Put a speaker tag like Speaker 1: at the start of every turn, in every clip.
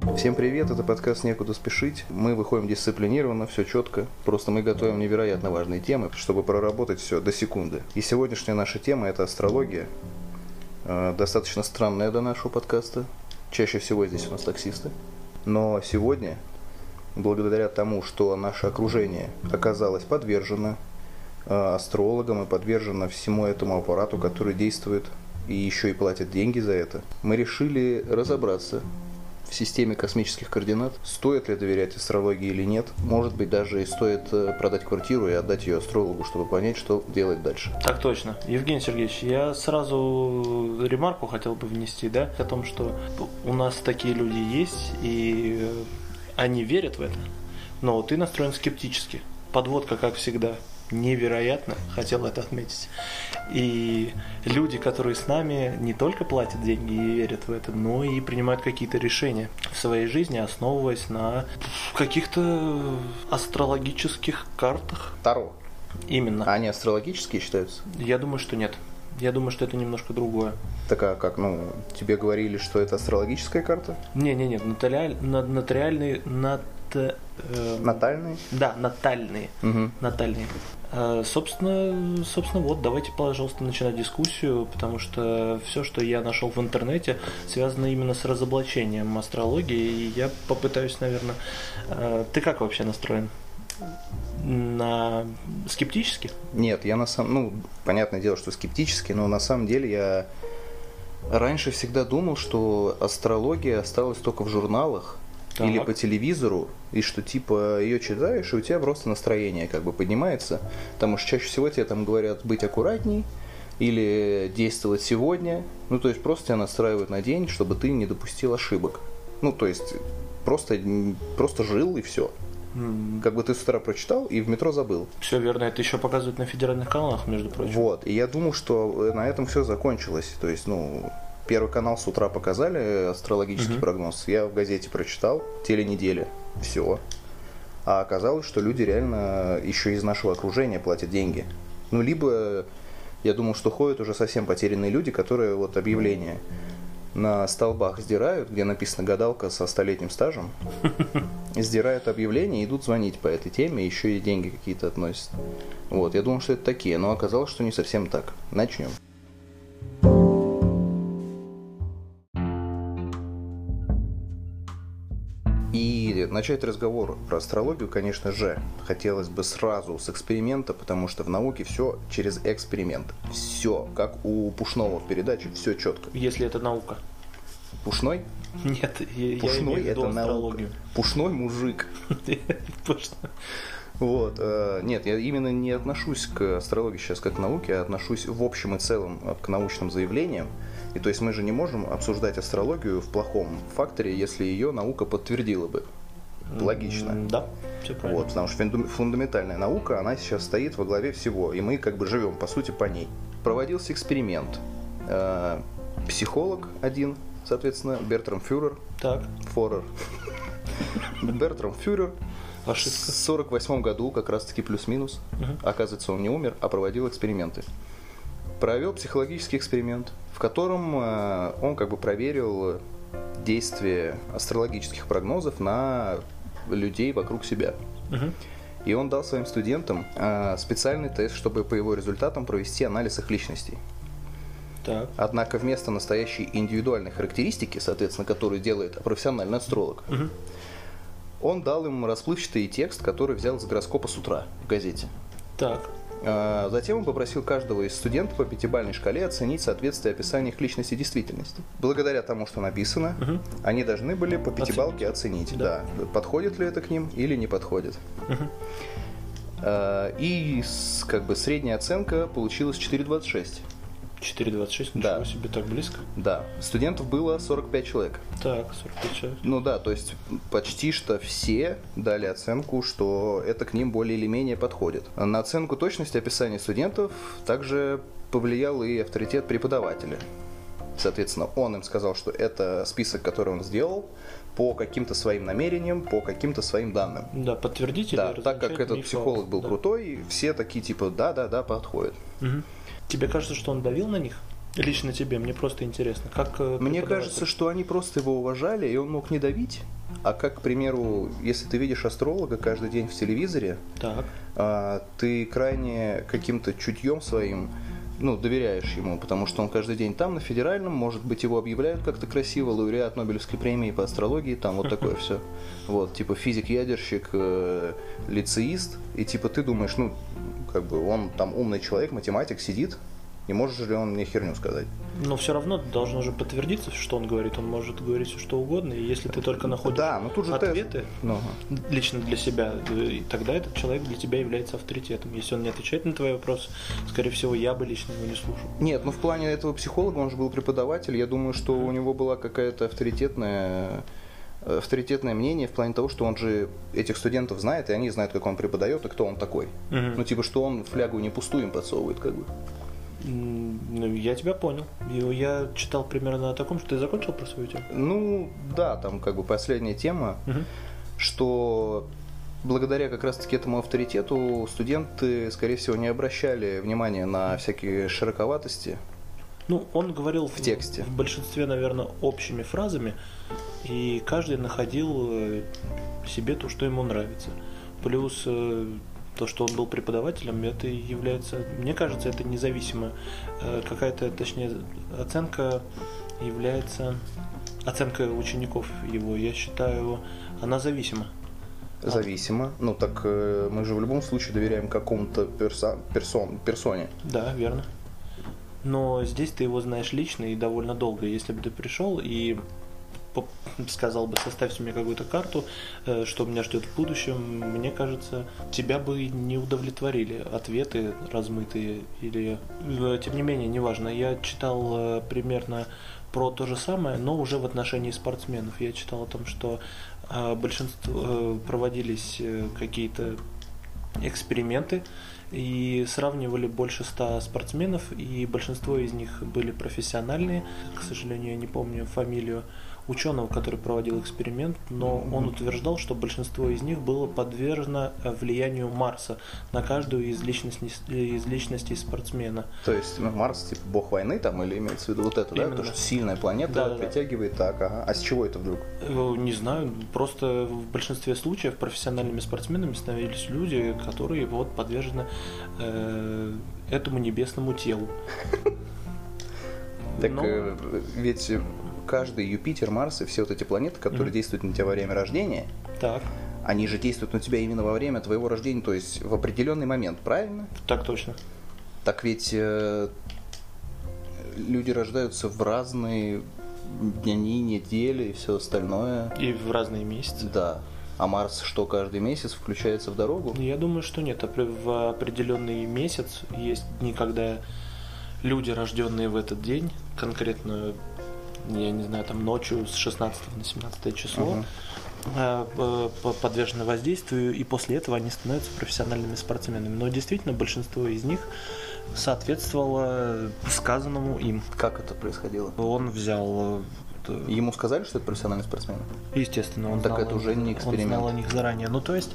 Speaker 1: Всем привет, это подкаст «Некуда спешить». Мы выходим дисциплинированно, все четко. Просто мы готовим невероятно важные темы, чтобы проработать все до секунды. И сегодняшняя наша тема – это астрология. Достаточно странная для нашего подкаста. Чаще всего здесь у нас таксисты. Но сегодня, благодаря тому, что наше окружение оказалось подвержено астрологам и подвержено всему этому аппарату, который действует и еще и платят деньги за это, мы решили разобраться в системе космических координат, стоит ли доверять астрологии или нет. Может быть, даже и стоит продать квартиру и отдать ее астрологу, чтобы понять, что делать дальше.
Speaker 2: Так точно. Евгений Сергеевич, я сразу ремарку хотел бы внести, о том, что у нас такие люди есть, и они верят в это, но ты настроен скептически. Подводка, как всегда, невероятно, хотел это отметить. И люди, которые с нами, не только платят деньги и верят в это, но и принимают какие-то решения в своей жизни, основываясь на каких-то астрологических картах.
Speaker 1: Таро.
Speaker 2: Именно.
Speaker 1: А они астрологические считаются?
Speaker 2: Я думаю, что нет. Я думаю, что это немножко другое.
Speaker 1: Так а как, тебе говорили, что это астрологическая карта?
Speaker 2: Не-не-не, нотариальные.
Speaker 1: Натальные?
Speaker 2: Да, натальные.
Speaker 1: Угу.
Speaker 2: Натальные. Собственно, вот, давайте, пожалуйста, начинать дискуссию, потому что все, что я нашел в интернете, связано именно с разоблачением астрологии, и я попытаюсь, наверное... Ты как вообще настроен? Скептически? Нет,
Speaker 1: я понятное дело, что скептически, но на самом деле я раньше всегда думал, что астрология осталась только в журналах, так, или по телевизору, и что типа ее читаешь, и у тебя просто настроение поднимается, потому что чаще всего тебе там говорят быть аккуратней или действовать сегодня, то есть просто тебя настраивают на день, чтобы ты не допустил ошибок, то есть просто жил и все. Ты с утра прочитал и в метро забыл.
Speaker 2: Все верно, это еще показывают на федеральных каналах, между прочим.
Speaker 1: Вот, и я думал, что на этом все закончилось, то есть, Первый канал с утра показали астрологический прогноз, я в газете прочитал, теленедели, все. А оказалось, что люди реально еще из нашего окружения платят деньги. Либо я думал, что ходят уже совсем потерянные люди, которые объявления на столбах сдирают, где написано «гадалка со 100-летним стажем», сдирают объявления и идут звонить по этой теме, еще и деньги какие-то относят. Я думал, что это такие, но оказалось, что не совсем так. Начнем. И начать разговор про астрологию, конечно же, хотелось бы сразу с эксперимента, потому что в науке все через эксперимент. Все, как у Пушного в передаче, все четко.
Speaker 2: Если это наука.
Speaker 1: Пушной?
Speaker 2: Нет, я
Speaker 1: Пушной
Speaker 2: имею в виду астрологию.
Speaker 1: Пушной мужик. Нет, я именно не отношусь к астрологии сейчас как к науке, а отношусь в общем и целом к научным заявлениям. И то есть мы же не можем обсуждать астрологию в плохом факторе, если ее наука подтвердила бы. Логично.
Speaker 2: Да, все правильно.
Speaker 1: Потому что фундаментальная наука, она сейчас стоит во главе всего, и мы живем, по сути, по ней. Проводился эксперимент. Психолог один, соответственно, Бертрам Фюрер.
Speaker 2: Так.
Speaker 1: Бертрам Фюрер.
Speaker 2: Ошибка.
Speaker 1: В 1948 году, как раз-таки плюс-минус, оказывается, он не умер, а проводил эксперименты. Провел психологический эксперимент, в котором он проверил действие астрологических прогнозов на людей вокруг себя. И он дал своим студентам специальный тест, чтобы по его результатам провести анализ их личностей.
Speaker 2: Так.
Speaker 1: Однако вместо настоящей индивидуальной характеристики, соответственно, которую делает профессиональный астролог, он дал им расплывчатый текст, который взял из гороскопа с утра в газете.
Speaker 2: Так.
Speaker 1: Затем он попросил каждого из студентов по 5-бальной шкале оценить соответствие описания их личности и действительности. Благодаря тому, что написано, они должны были по 5-балке оценить, подходит ли это к ним или не подходит. И средняя оценка получилась 4,26.
Speaker 2: 4,26? Ничего себе, так близко?
Speaker 1: Да. Студентов было 45 человек.
Speaker 2: Так, 45 человек.
Speaker 1: То есть почти что все дали оценку, что это к ним более или менее подходит. На оценку точности описания студентов также повлиял и авторитет преподавателя. Соответственно, он им сказал, что это список, который он сделал по каким-то своим намерениям, по каким-то своим данным.
Speaker 2: Да, подтвердите.
Speaker 1: Да, так как этот психолог был крутой, все такие да, подходит.
Speaker 2: Тебе кажется, что он давил на них? Лично тебе, мне просто интересно.
Speaker 1: Мне кажется, что они просто его уважали, и он мог не давить. А как, к примеру, если ты видишь астролога каждый день в телевизоре,
Speaker 2: Так.
Speaker 1: ты крайне каким-то чутьем своим, доверяешь ему, потому что он каждый день там, на федеральном, может быть, его объявляют как-то красиво, лауреат Нобелевской премии по астрологии, там вот такое все. Вот, типа физик-ядерщик, лицеист, и типа ты думаешь, он там умный человек, математик, сидит, и может ли он мне херню сказать?
Speaker 2: Но все равно должно же подтвердиться, что он говорит. Он может говорить все что угодно, и если ты только находишь
Speaker 1: тут же
Speaker 2: ответы лично для себя, тогда этот человек для тебя является авторитетом. Если он не отвечает на твои вопросы, скорее всего, я бы лично его не слушал.
Speaker 1: Нет, в плане этого психолога, он же был преподаватель, я думаю, что у него была какая-то авторитетное мнение в плане того, что он же этих студентов знает, и они знают, как он преподает, и кто он такой. Что он флягу не пустую им подсовывает, как бы.
Speaker 2: Я тебя понял. Я читал примерно о таком, что ты закончил про свою тему?
Speaker 1: Да, там последняя тема, что благодаря как раз-таки этому авторитету студенты, скорее всего, не обращали внимания на всякие широковатости.
Speaker 2: Он говорил
Speaker 1: в тексте.
Speaker 2: В большинстве, наверное, общими фразами, и каждый находил себе то, что ему нравится. Плюс то, что он был преподавателем, это является, мне кажется, это независимо. Какая-то, точнее, оценка является, оценка учеников его, я считаю, она зависима.
Speaker 1: Зависимо. Так мы же в любом случае доверяем какому-то персоне.
Speaker 2: Да, верно. Но здесь ты его знаешь лично и довольно долго. Если бы ты пришел и сказал бы, составьте мне какую-то карту, что меня ждет в будущем, мне кажется, тебя бы не удовлетворили ответы размытые или... Тем не менее, неважно. Я читал примерно про то же самое, но уже в отношении спортсменов. Я читал о том, что большинство проводились какие-то эксперименты, и сравнивали больше 100 спортсменов, и большинство из них были профессиональные. К сожалению, я не помню фамилию ученого, который проводил эксперимент, но он утверждал, что большинство из них было подвержено влиянию Марса на каждую из личностей спортсмена.
Speaker 1: То есть Марс типа бог войны там, или имеется в виду вот это,
Speaker 2: именно.
Speaker 1: Да? То, что сильная планета притягивает так, ага. А с чего это вдруг?
Speaker 2: Не знаю, просто в большинстве случаев профессиональными спортсменами становились люди, которые подвержены этому небесному телу.
Speaker 1: Так ведь каждый Юпитер, Марс и все вот эти планеты, которые действуют на тебя во время рождения, они же действуют на тебя именно во время твоего рождения, то есть в определенный момент, правильно?
Speaker 2: Так точно.
Speaker 1: Так ведь люди рождаются в разные дни, недели и все остальное.
Speaker 2: И в разные месяцы.
Speaker 1: Да. А Марс что, каждый месяц включается в дорогу?
Speaker 2: Я думаю, что нет. В определенный месяц есть дни, когда люди, рожденные в этот день, конкретно, я не знаю, там ночью с 16 на 17 число, подвержены воздействию, и после этого они становятся профессиональными спортсменами. Но действительно большинство из них соответствовало сказанному им.
Speaker 1: Как это происходило?
Speaker 2: Он взял...
Speaker 1: Ему сказали, что это профессиональный спортсмен?
Speaker 2: Естественно, он
Speaker 1: так
Speaker 2: знал,
Speaker 1: это уже не эксперимент.
Speaker 2: Он знал о них заранее. То есть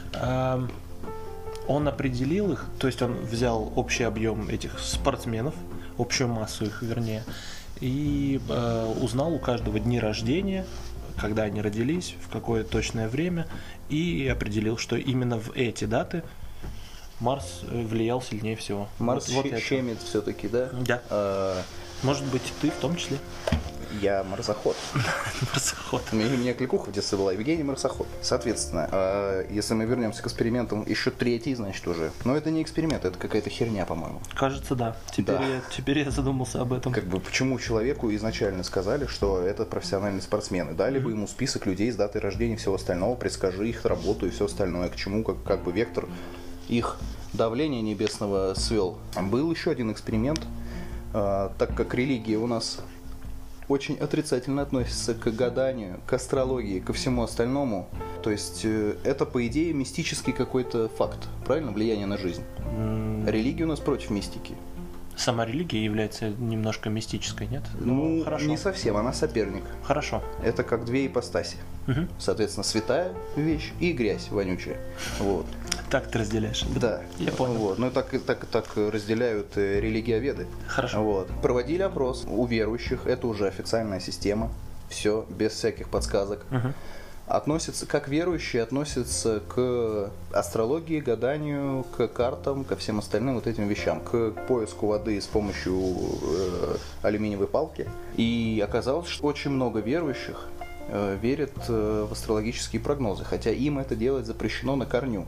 Speaker 2: он определил их, то есть он взял общий объем этих спортсменов, общую массу их, вернее, и узнал у каждого дни рождения, когда они родились, в какое точное время, и определил, что именно в эти даты Марс влиял сильнее всего.
Speaker 1: Марс щемит все-таки, да?
Speaker 2: Да. Может быть, ты в том числе?
Speaker 1: Я марсоход.
Speaker 2: Марсоход.
Speaker 1: У меня кликуха в детстве была Евгений Марсоход. Соответственно, если мы вернемся к экспериментам, еще третий, значит, уже. Но это не эксперимент, это какая-то херня, по-моему.
Speaker 2: Кажется, да. Теперь я задумался об этом.
Speaker 1: Почему человеку изначально сказали, что это профессиональные спортсмены? Дали бы ему список людей с датой рождения и всего остального, предскажи их работу и все остальное, к чему как бы вектор их давления небесного свел. Был еще один эксперимент, так как религия у нас очень отрицательно относится к гаданию, к астрологии, ко всему остальному. То есть это, по идее, мистический какой-то факт, правильно? Влияние на жизнь. Религия у нас против мистики.
Speaker 2: Сама религия является немножко мистической, нет?
Speaker 1: Хорошо. Не совсем, она соперник.
Speaker 2: Хорошо.
Speaker 1: Это как две ипостаси. Соответственно, святая вещь и грязь вонючая. Вот.
Speaker 2: Так ты разделяешь.
Speaker 1: Да.
Speaker 2: Я понял.
Speaker 1: Ну так разделяют религиоведы.
Speaker 2: Хорошо.
Speaker 1: Вот. Проводили опрос у верующих, это уже официальная система. Все, без всяких подсказок. относятся, как верующие относятся к астрологии, гаданию, к картам, ко всем остальным вот этим вещам, к поиску воды с помощью алюминиевой палки. И оказалось, что очень много верующих верят в астрологические прогнозы, хотя им это делать запрещено на корню.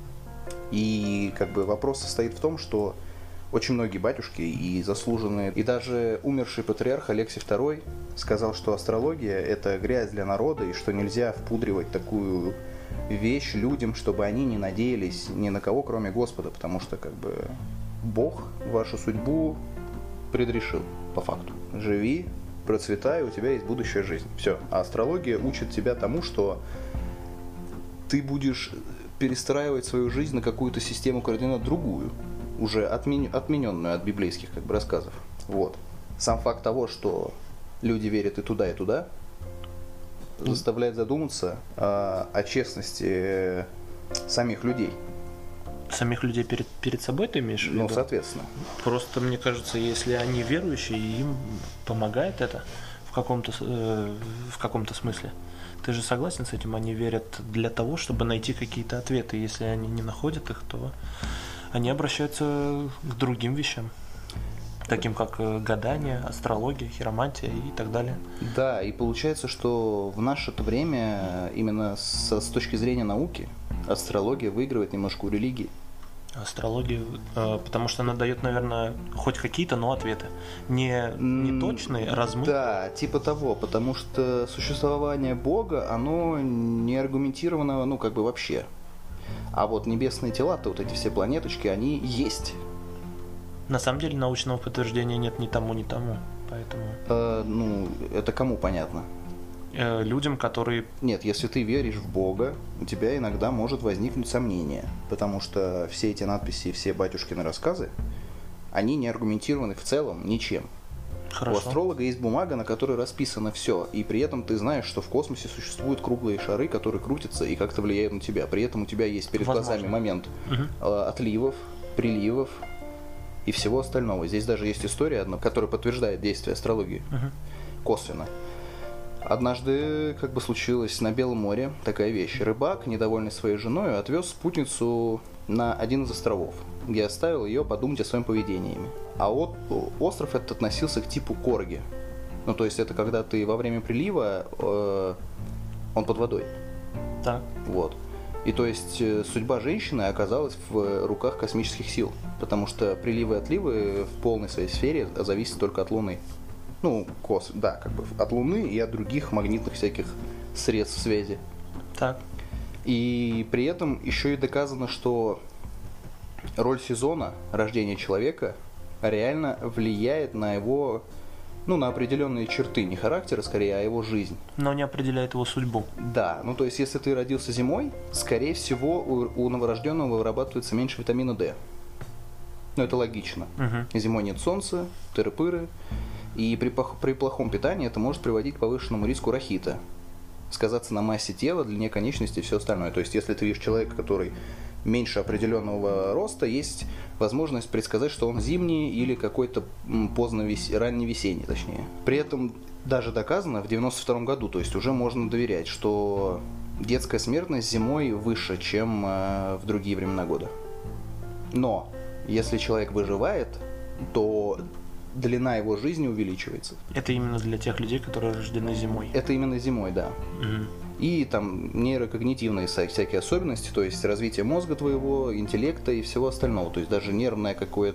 Speaker 1: И как бы вопрос состоит в том, что очень многие батюшки и заслуженные, и даже умерший патриарх Алексий II сказал, что астрология – это грязь для народа, и что нельзя впудривать такую вещь людям, чтобы они не надеялись ни на кого, кроме Господа, потому что как бы Бог вашу судьбу предрешил по факту. Живи, процветай, у тебя есть будущая жизнь. Все. А астрология учит тебя тому, что ты будешь перестраивать свою жизнь на какую-то систему координат другую, уже отмененную от библейских как бы рассказов. Вот. Сам факт того, что люди верят и туда, заставляет задуматься о честности самих людей.
Speaker 2: Самих людей перед собой ты имеешь в виду?
Speaker 1: Ну, соответственно.
Speaker 2: Просто, мне кажется, если они верующие, им помогает это в каком-то смысле. Ты же согласен с этим? Они верят для того, чтобы найти какие-то ответы. Если они не находят их, то они обращаются к другим вещам, таким как гадание, астрология, хиромантия и так далее.
Speaker 1: Да, и получается, что в наше время именно с точки зрения науки астрология выигрывает немножко у религии.
Speaker 2: Астрология, потому что она дает, наверное, хоть какие-то, но ответы. Не точные, размытые.
Speaker 1: Да, типа того, потому что существование Бога, оно не аргументировано, ну, как бы вообще. А вот небесные тела-то, вот эти все планеточки, они есть.
Speaker 2: На самом деле научного подтверждения нет ни тому, ни тому, поэтому...
Speaker 1: Ну, это кому понятно?
Speaker 2: Людям, которые...
Speaker 1: Нет, если ты веришь в Бога, у тебя иногда может возникнуть сомнение, потому что все эти надписи, все батюшкины рассказы, они не аргументированы в целом ничем.
Speaker 2: Хорошо.
Speaker 1: У астролога есть бумага, на которой расписано все, и при этом ты знаешь, что в космосе существуют круглые шары, которые крутятся и как-то влияют на тебя. При этом у тебя есть перед глазами момент отливов, приливов и всего остального. Здесь даже есть история одна, которая подтверждает действие астрологии косвенно. Однажды как бы случилась на Белом море такая вещь. Рыбак, недовольный своей женой, отвез спутницу на один из островов, где оставил ее подумать о своем поведении. А остров этот относился к типу корги. Ну, то есть это когда ты во время прилива, он под водой.
Speaker 2: Так.
Speaker 1: Вот. И то есть судьба женщины оказалась в руках космических сил, потому что приливы и отливы в полной своей сфере зависят только от Луны. Ну, да, как бы от Луны и от других магнитных всяких средств связи.
Speaker 2: Так.
Speaker 1: И при этом еще и доказано, что роль сезона, рождения человека, реально влияет на его, ну, на определенные черты, не характера скорее, а его жизнь.
Speaker 2: Но не определяет его судьбу.
Speaker 1: Да, ну то есть если ты родился зимой, скорее всего у новорожденного вырабатывается меньше витамина D. Ну это логично. Зимой нет солнца, тыры-пыры. И при плохом питании это может приводить к повышенному риску рахита, сказаться на массе тела, длине конечностей и все остальное. То есть, если ты видишь человека, который меньше определенного роста, есть возможность предсказать, что он зимний или какой-то ранний весенний, точнее. При этом даже доказано в 92 году, то есть уже можно доверять, что детская смертность зимой выше, чем в другие времена года. Но если человек выживает, то длина его жизни увеличивается.
Speaker 2: Это именно для тех людей, которые рождены зимой.
Speaker 1: Это именно зимой, да. И там нейрокогнитивные всякие особенности, то есть развитие мозга твоего, интеллекта и всего остального. То есть даже нервное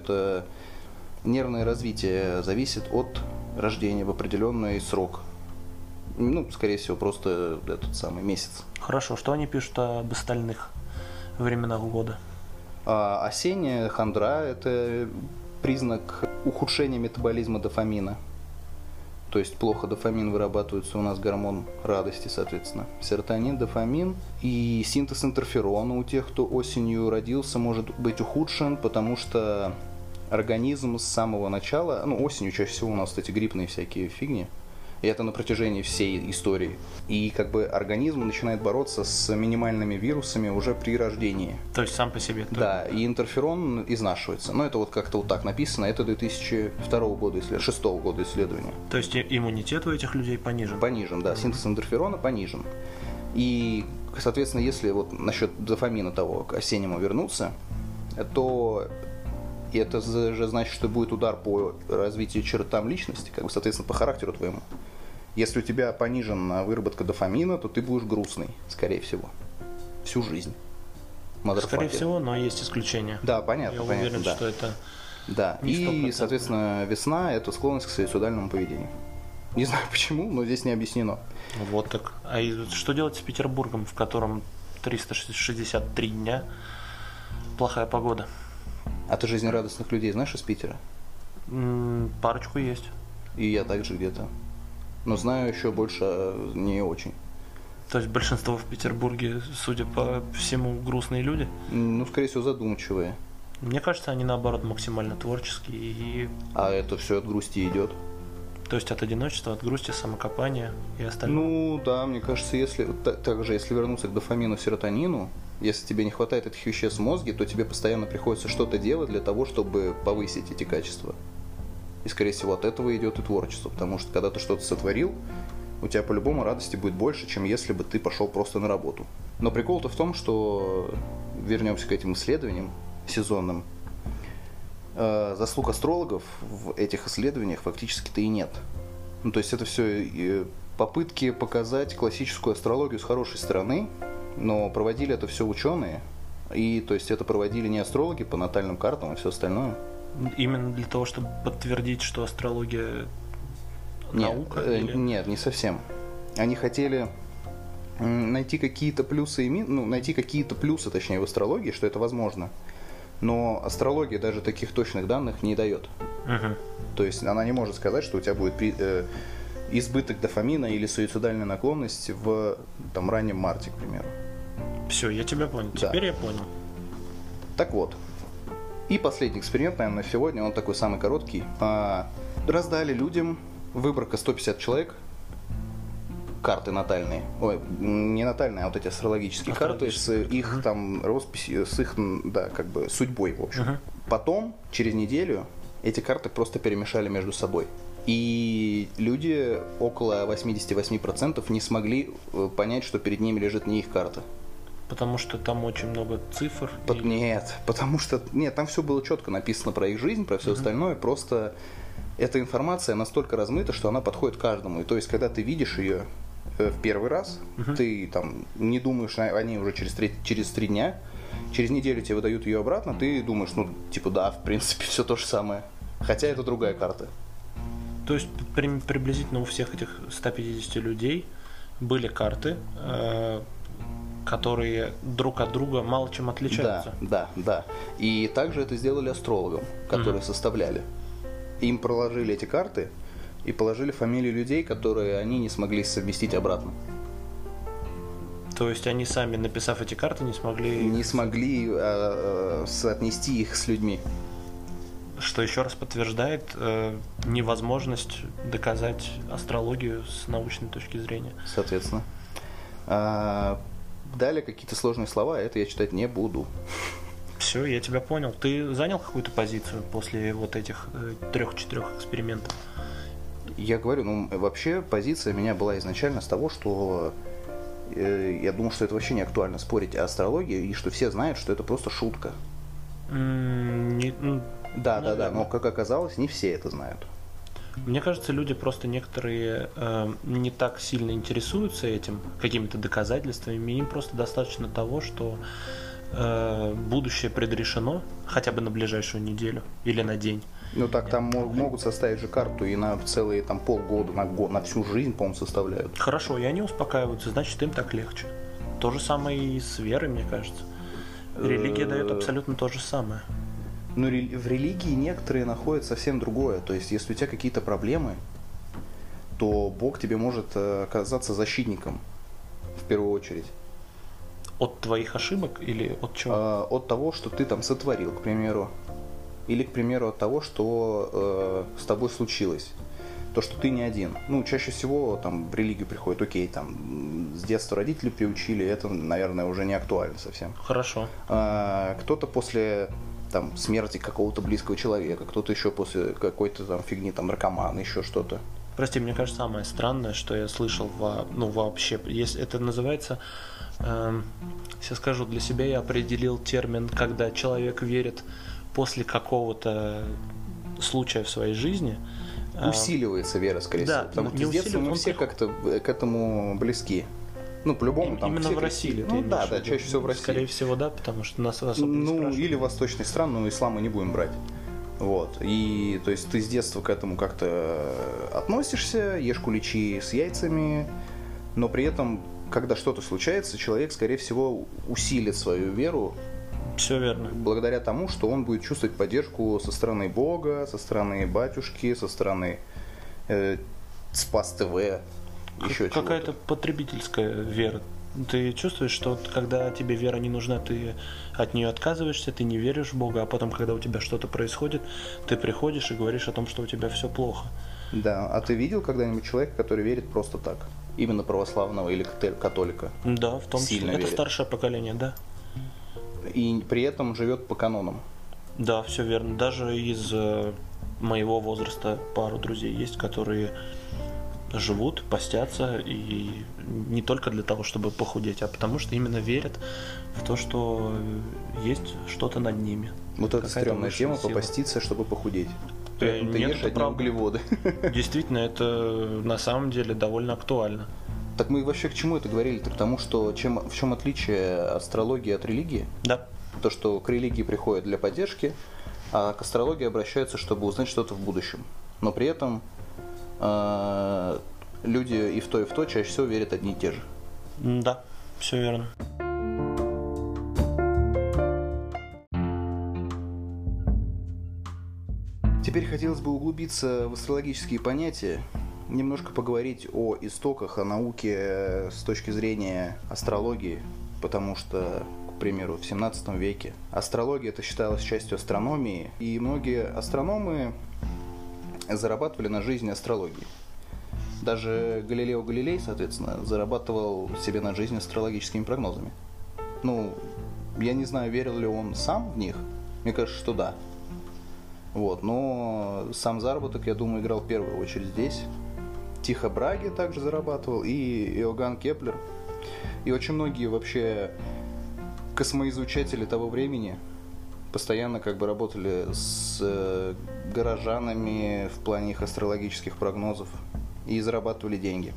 Speaker 1: развитие зависит от рождения в определенный срок. Ну, скорее всего, просто этот самый месяц.
Speaker 2: Хорошо, что они пишут об остальных временах года?
Speaker 1: Осенняя хандра – это признак ухудшения метаболизма дофамина. То есть плохо дофамин вырабатывается, у нас гормон радости, соответственно. Серотонин, дофамин и синтез интерферона у тех, кто осенью родился, может быть ухудшен, потому что организм с самого начала, ну осенью чаще всего у нас эти гриппные всякие фигни, и это на протяжении всей истории. И как бы организм начинает бороться с минимальными вирусами уже при рождении.
Speaker 2: То есть сам по себе?
Speaker 1: Да, и интерферон изнашивается. Но это вот как-то вот так написано. Это 2002 года, 2006 года исследования.
Speaker 2: То есть иммунитет у этих людей понижен?
Speaker 1: Понижен, да. Синтез интерферона понижен. И, соответственно, если вот насчет дофамина того к осеннему вернуться, то это же значит, что будет удар по развитию чертам личности, как бы, соответственно, по характеру твоему. Если у тебя понижена выработка дофамина, то ты будешь грустный, скорее всего, всю жизнь.
Speaker 2: Скорее всего, но есть исключения.
Speaker 1: Да, понятно.
Speaker 2: Я
Speaker 1: понятно,
Speaker 2: уверен,
Speaker 1: да.
Speaker 2: что это
Speaker 1: Да,
Speaker 2: не 100%.
Speaker 1: и, соответственно, весна – это склонность к суицидальному поведению. Не знаю почему, но здесь не объяснено.
Speaker 2: Вот так. А что делать с Петербургом, в котором 363 дня плохая погода?
Speaker 1: А ты жизнерадостных людей знаешь из Питера?
Speaker 2: Парочку есть.
Speaker 1: И я также где-то. Но знаю еще больше не очень.
Speaker 2: То есть большинство в Петербурге, судя по всему, грустные люди?
Speaker 1: Ну, скорее всего, задумчивые.
Speaker 2: Мне кажется, они наоборот максимально творческие. И...
Speaker 1: А это все от грусти идет.
Speaker 2: То есть от одиночества, от грусти, самокопания и остального?
Speaker 1: Ну, да, мне кажется, если также, если вернуться к дофамину, серотонину, если тебе не хватает этих веществ в мозге, то тебе постоянно приходится что-то делать для того, чтобы повысить эти качества. И, скорее всего, от этого идет и творчество, потому что когда ты что-то сотворил, у тебя по-любому радости будет больше, чем если бы ты пошел просто на работу. Но прикол-то в том, что, вернемся к этим исследованиям сезонным, заслуг астрологов в этих исследованиях фактически-то и нет. Ну, то есть это все попытки показать классическую астрологию с хорошей стороны, но проводили это все ученые, и то есть это проводили не астрологи по натальным картам и все остальное.
Speaker 2: Именно для того, чтобы подтвердить, что астрология наука?
Speaker 1: Нет, не совсем. Они хотели найти какие-то плюсы и найти какие-то плюсы, точнее, в астрологии, что это возможно. Но астрология даже таких точных данных не дает.
Speaker 2: Угу.
Speaker 1: То есть она не может сказать, что у тебя будет избыток дофамина или суицидальная наклонность в раннем марте, к примеру.
Speaker 2: Все, я тебя понял.
Speaker 1: Да.
Speaker 2: Теперь я понял.
Speaker 1: Так вот. И последний эксперимент, наверное, на сегодня, он такой самый короткий. Раздали людям выборка 150 человек, карты натальные. Ой, не натальные, а вот эти астрологические карты с их там росписью, с их, да, как бы судьбой, в общем. Потом, через неделю, эти карты просто перемешали между собой. И люди, около 88%, не смогли понять, что перед ними лежит не их карта.
Speaker 2: Потому что там очень много цифр?
Speaker 1: Нет, потому что... Нет, там все было четко написано про их жизнь, про все остальное, просто эта информация настолько размыта, что она подходит каждому. И то есть, когда ты видишь ее в первый раз, ты там не думаешь о ней уже через 3 дня, через неделю тебе выдают ее обратно, ты думаешь, да, в принципе, все то же самое. Хотя это другая карта.
Speaker 2: То есть приблизительно у всех этих 150 людей были карты, которые друг от друга мало чем отличаются.
Speaker 1: Да. И также это сделали астрологам, которые составляли. Им проложили эти карты и положили фамилии людей, которые они не смогли совместить обратно.
Speaker 2: То есть они сами, написав эти карты, не смогли
Speaker 1: соотнести их с людьми.
Speaker 2: Что еще раз подтверждает невозможность доказать астрологию с научной точки зрения.
Speaker 1: Соответственно. Далее какие-то сложные слова, это я читать не буду.
Speaker 2: Все, я тебя понял. Ты занял какую-то позицию после вот этих 3-4 экспериментов?
Speaker 1: Я говорю, вообще позиция у меня была изначально с того, что я думал, что это вообще не актуально спорить о астрологии, и что все знают, что это просто шутка. Да, но как оказалось, не все это знают.
Speaker 2: Мне кажется, люди просто некоторые не так сильно интересуются этим, какими-то доказательствами, им просто достаточно того, что будущее предрешено хотя бы на ближайшую неделю или на день.
Speaker 1: Ну так там могут составить же карту и на целые полгода, на всю жизнь, по-моему, составляют.
Speaker 2: Хорошо, и они успокаиваются, значит им так легче. То же самое и с верой, мне кажется. Религия дает абсолютно то же самое.
Speaker 1: Но в религии некоторые находят совсем другое. То есть, если у тебя какие-то проблемы, то Бог тебе может оказаться защитником в первую очередь.
Speaker 2: От твоих ошибок или от чего?
Speaker 1: От того, что ты там сотворил, к примеру. Или, к примеру, от того, что с тобой случилось. То, что ты не один. Чаще всего там в религию приходит, окей, там с детства родители приучили, это, наверное, уже не актуально совсем.
Speaker 2: Хорошо.
Speaker 1: Кто-то после смерти какого-то близкого человека, кто-то еще после какой-то там фигни, наркоман, еще что-то.
Speaker 2: Прости, мне кажется, самое странное, что я слышал вообще, это называется, сейчас скажу, для себя я определил термин, когда человек верит после какого-то случая в своей жизни.
Speaker 1: Усиливается вера, скорее всего, потому что с детства мы все как-то к этому близки. Ну, по-любому там
Speaker 2: именно
Speaker 1: все
Speaker 2: в России.
Speaker 1: Да, чаще всего в России.
Speaker 2: Скорее всего, да, потому что нас особо не спрашивают.
Speaker 1: Или восточные страны, но ислам мы не будем брать. Вот. И то есть ты с детства к этому как-то относишься, ешь куличи с яйцами, но при этом, когда что-то случается, человек, скорее всего, усилит свою веру.
Speaker 2: Все верно.
Speaker 1: Благодаря тому, что он будет чувствовать поддержку со стороны Бога, со стороны батюшки, со стороны Спас ТВ.
Speaker 2: Какая-то потребительская вера. Ты чувствуешь, что когда тебе вера не нужна, ты от нее отказываешься, ты не веришь в Бога, а потом, когда у тебя что-то происходит, ты приходишь и говоришь о том, что у тебя все плохо.
Speaker 1: Да, а ты видел когда-нибудь человека, который верит просто так? Именно православного или католика?
Speaker 2: Да, в том числе. Это старшее поколение, да.
Speaker 1: И при этом живет по канонам?
Speaker 2: Да, все верно. Даже из моего возраста пару друзей есть, которые живут, постятся, и не только для того, чтобы похудеть, а потому что именно верят в то, что есть что-то над ними.
Speaker 1: Вот это стрёмная тема, попаститься, чтобы похудеть. Ты ешь одни углеводы.
Speaker 2: Действительно, это на самом деле довольно актуально.
Speaker 1: Так мы вообще к чему это говорили-то? К тому, что в чем отличие астрологии от религии?
Speaker 2: Да.
Speaker 1: То, что к религии приходят для поддержки, а к астрологии обращаются, чтобы узнать что-то в будущем. Но при этом люди и в то чаще всего верят одни и те же.
Speaker 2: Да, все верно.
Speaker 1: Теперь хотелось бы углубиться в астрологические понятия, немножко поговорить о истоках, о науке с точки зрения астрологии, потому что, к примеру, в 17 веке астрология это считалась частью астрономии, и многие астрономы зарабатывали на жизни астрологией. Даже Галилео Галилей, соответственно, зарабатывал себе на жизнь астрологическими прогнозами. Ну, я не знаю, верил ли он сам в них, мне кажется, что да. Вот, но сам заработок, я думаю, играл в первую очередь здесь. Тихо Браге также зарабатывал, и Иоганн Кеплер. И очень многие вообще космоизучатели того времени постоянно как бы работали с горожанами в плане их астрологических прогнозов и зарабатывали деньги.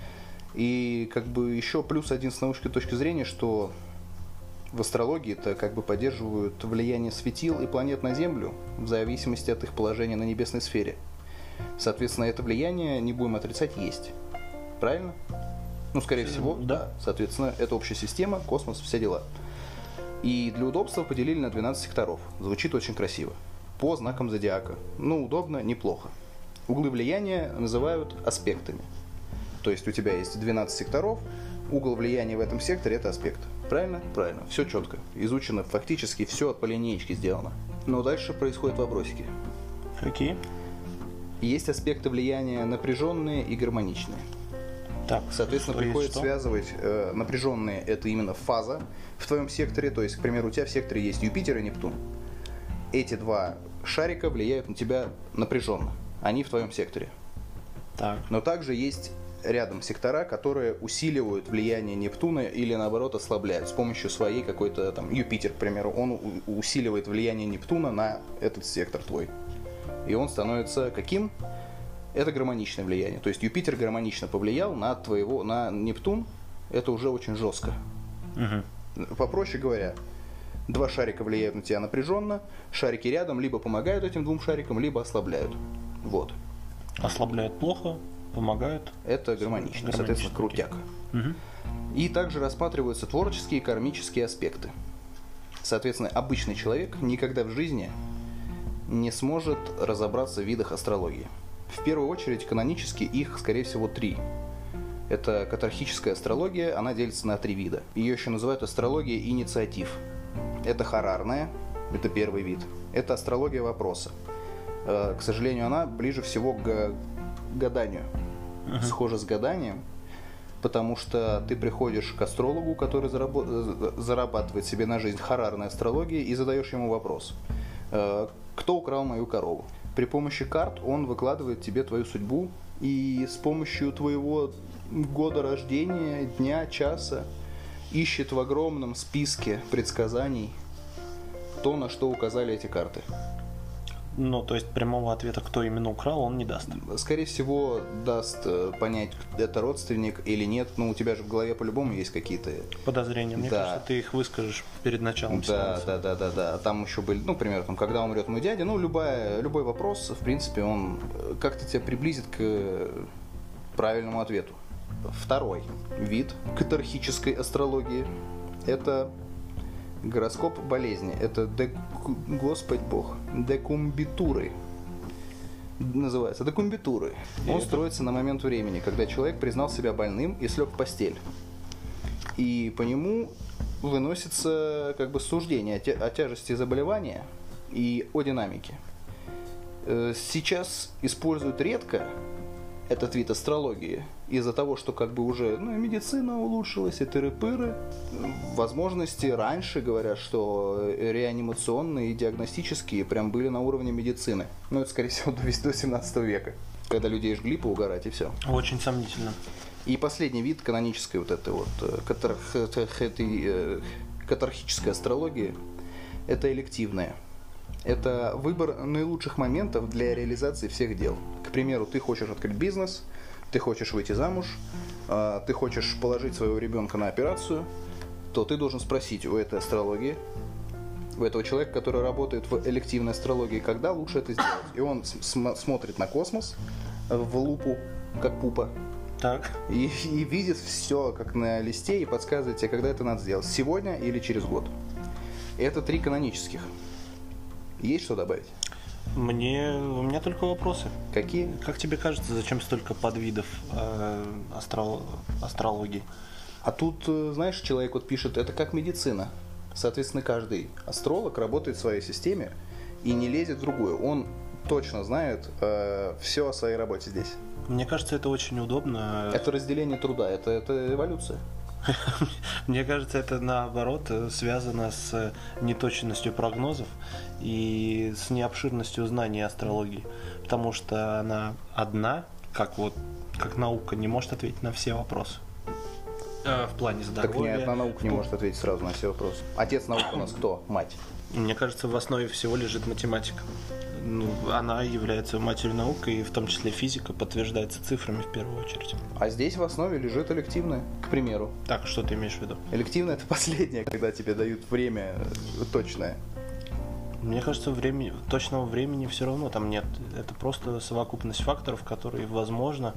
Speaker 1: И как бы еще плюс один с научной точки зрения, что в астрологии это как бы поддерживают влияние светил и планет на Землю в зависимости от их положения на небесной сфере. Соответственно, это влияние, не будем отрицать, есть. Правильно? Ну, скорее всего, да. Соответственно, это общая система, космос, все дела. И для удобства поделили на 12 секторов. Звучит очень красиво. По знакам зодиака. Ну, удобно, неплохо. Углы влияния называют аспектами. То есть у тебя есть 12 секторов, угол влияния в этом секторе – это аспект. Правильно? Правильно. Все четко. Изучено фактически все по линеечке сделано. Но дальше происходят вопросики.
Speaker 2: Какие?
Speaker 1: Есть аспекты влияния напряженные и гармоничные.
Speaker 2: Так,
Speaker 1: соответственно, приходится связывать напряженные – это именно фаза в твоем секторе. То есть, к примеру, у тебя в секторе есть Юпитер и Нептун. Эти два шарика влияют на тебя напряженно. Они в твоем секторе.
Speaker 2: Так.
Speaker 1: Но также есть рядом сектора, которые усиливают влияние Нептуна или наоборот ослабляют с помощью своей какой-то там Юпитер, к примеру, он усиливает влияние Нептуна на этот сектор твой. И он становится каким? Это гармоничное влияние. То есть Юпитер гармонично повлиял на Нептун, это уже очень жестко. Угу. Попроще говоря, два шарика влияют на тебя напряженно, шарики рядом либо помогают этим двум шарикам, либо ослабляют. Вот.
Speaker 2: Ослабляют плохо, помогают.
Speaker 1: Это гармонично, соответственно, крутяк.
Speaker 2: Угу.
Speaker 1: И также рассматриваются творческие и кармические аспекты. Соответственно, обычный человек никогда в жизни не сможет разобраться в видах астрологии. В первую очередь, канонически их, скорее всего, 3. Это катархическая астрология, она делится на 3 вида. Ее еще называют астрология инициатив. Это харарная, это первый вид. Это астрология вопроса. К сожалению, она ближе всего к гаданию. Схожа с гаданием, потому что ты приходишь к астрологу, который зарабатывает себе на жизнь харарной астрологией, и задаешь ему вопрос. Кто украл мою корову? При помощи карт он выкладывает тебе твою судьбу и с помощью твоего года рождения, дня, часа ищет в огромном списке предсказаний то, на что указали эти карты.
Speaker 2: Ну, то есть прямого ответа, кто именно украл, он не даст.
Speaker 1: Скорее всего, даст понять, это родственник или нет. Ну, у тебя же в голове по-любому есть какие-то
Speaker 2: подозрения. Мне кажется, ты их выскажешь перед началом сеанса.
Speaker 1: Да. Там еще были, ну, например, там, когда умрет мой дядя, ну, любой вопрос, в принципе, он как-то тебя приблизит к правильному ответу. Второй вид катархической астрологии – это гороскоп болезни. Это Господь Бог. Декумбитуры. Называется декумбитуры. Он строится на момент времени, когда человек признал себя больным и слег в постель. И по нему выносится как бы суждение о тяжести заболевания и о динамике. Сейчас используют редко этот вид астрологии из-за того, что как бы уже медицина улучшилась, и тыры-пыры. Возможности раньше говорят, что реанимационные и диагностические прям были на уровне медицины. Ну, это, скорее всего, до 17 века, когда людей жгли поугарать, и все.
Speaker 2: Очень сомнительно.
Speaker 1: И последний вид канонической вот этой вот катархической астрологии – это элективная. Это выбор наилучших моментов для реализации всех дел. К примеру, ты хочешь открыть бизнес, ты хочешь выйти замуж, ты хочешь положить своего ребенка на операцию, то ты должен спросить у этой астрологии, у этого человека, который работает в элективной астрологии, когда лучше это сделать. И он смотрит на космос в лупу, как пупа,
Speaker 2: так.
Speaker 1: И видит все, как на листе, и подсказывает тебе, когда это надо сделать. Сегодня или через год. Это 3 канонических. Есть что добавить?
Speaker 2: У меня только вопросы.
Speaker 1: Какие?
Speaker 2: Как тебе кажется, зачем столько подвидов астрологии?
Speaker 1: А тут, знаешь, человек вот пишет, это как медицина. Соответственно, каждый астролог работает в своей системе и не лезет в другую. Он точно знает все о своей работе здесь.
Speaker 2: Мне кажется, это очень удобно.
Speaker 1: Это разделение труда, это эволюция.
Speaker 2: Мне кажется, это наоборот связано с неточностью прогнозов и с необширностью знаний астрологии, потому что она одна, как наука, не может ответить на все вопросы. В плане здоровья.
Speaker 1: Так ни одна наука не может ответить сразу на все вопросы. Отец науки у нас кто? Мать.
Speaker 2: Мне кажется, в основе всего лежит математика. Она является матерью наук, и в том числе физика подтверждается цифрами в первую очередь.
Speaker 1: А здесь в основе лежит элективное, к примеру.
Speaker 2: Так, что ты имеешь в виду?
Speaker 1: Элективное – это последнее, когда тебе дают время точное.
Speaker 2: Мне кажется, точного времени все равно там нет. Это просто совокупность факторов, которые, возможно,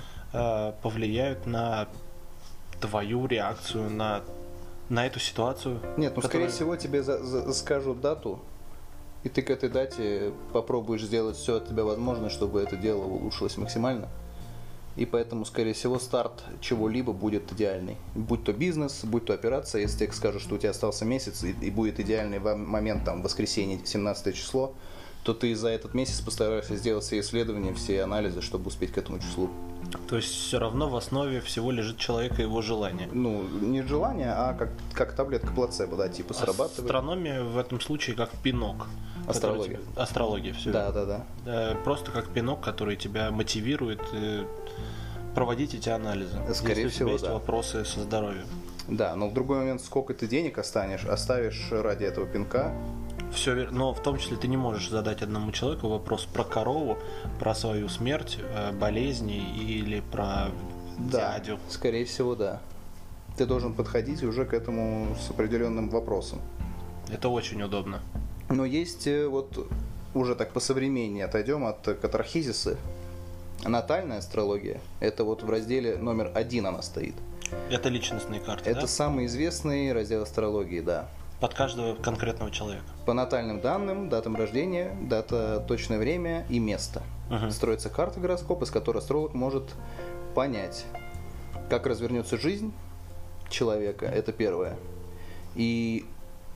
Speaker 2: повлияют на твою реакцию, на эту ситуацию.
Speaker 1: Нет, скорее всего, тебе скажут дату, и ты к этой дате попробуешь сделать все от тебя возможное, чтобы это дело улучшилось максимально. И поэтому, скорее всего, старт чего-либо будет идеальный. Будь то бизнес, будь то операция. Если тебе скажут, что у тебя остался месяц и будет идеальный момент, там, воскресенье, 17 число, то ты за этот месяц постараешься сделать все исследования, все анализы, чтобы успеть к этому числу.
Speaker 2: То есть все равно в основе всего лежит человека и его желание.
Speaker 1: Не желание, а как таблетка плацебо, да, типа срабатывает.
Speaker 2: Астрономия в этом случае как пинок.
Speaker 1: Астрология.
Speaker 2: Астрология, все.
Speaker 1: Да.
Speaker 2: Просто как пинок, который тебя мотивирует проводить эти анализы.
Speaker 1: Скорее всего,
Speaker 2: если у тебя есть вопросы со здоровьем.
Speaker 1: Да, но в другой момент, сколько ты денег оставишь ради этого пинка.
Speaker 2: Все верно, но в том числе ты не можешь задать одному человеку вопрос про корову, про свою смерть, болезни или про дядю.
Speaker 1: Скорее всего, да. Ты должен подходить уже к этому с определенным вопросом.
Speaker 2: Это очень удобно.
Speaker 1: Но есть вот уже так посовременнее отойдем от катархизиса. Натальная астрология, это вот в разделе номер 1 она стоит.
Speaker 2: Это личностные карты,
Speaker 1: Это самый известный раздел астрологии, да.
Speaker 2: Под каждого конкретного человека.
Speaker 1: По натальным данным, датам рождения, дата, точное время и место. Строится карта гороскопа, из которой астролог может понять, как развернется жизнь человека, это первое. И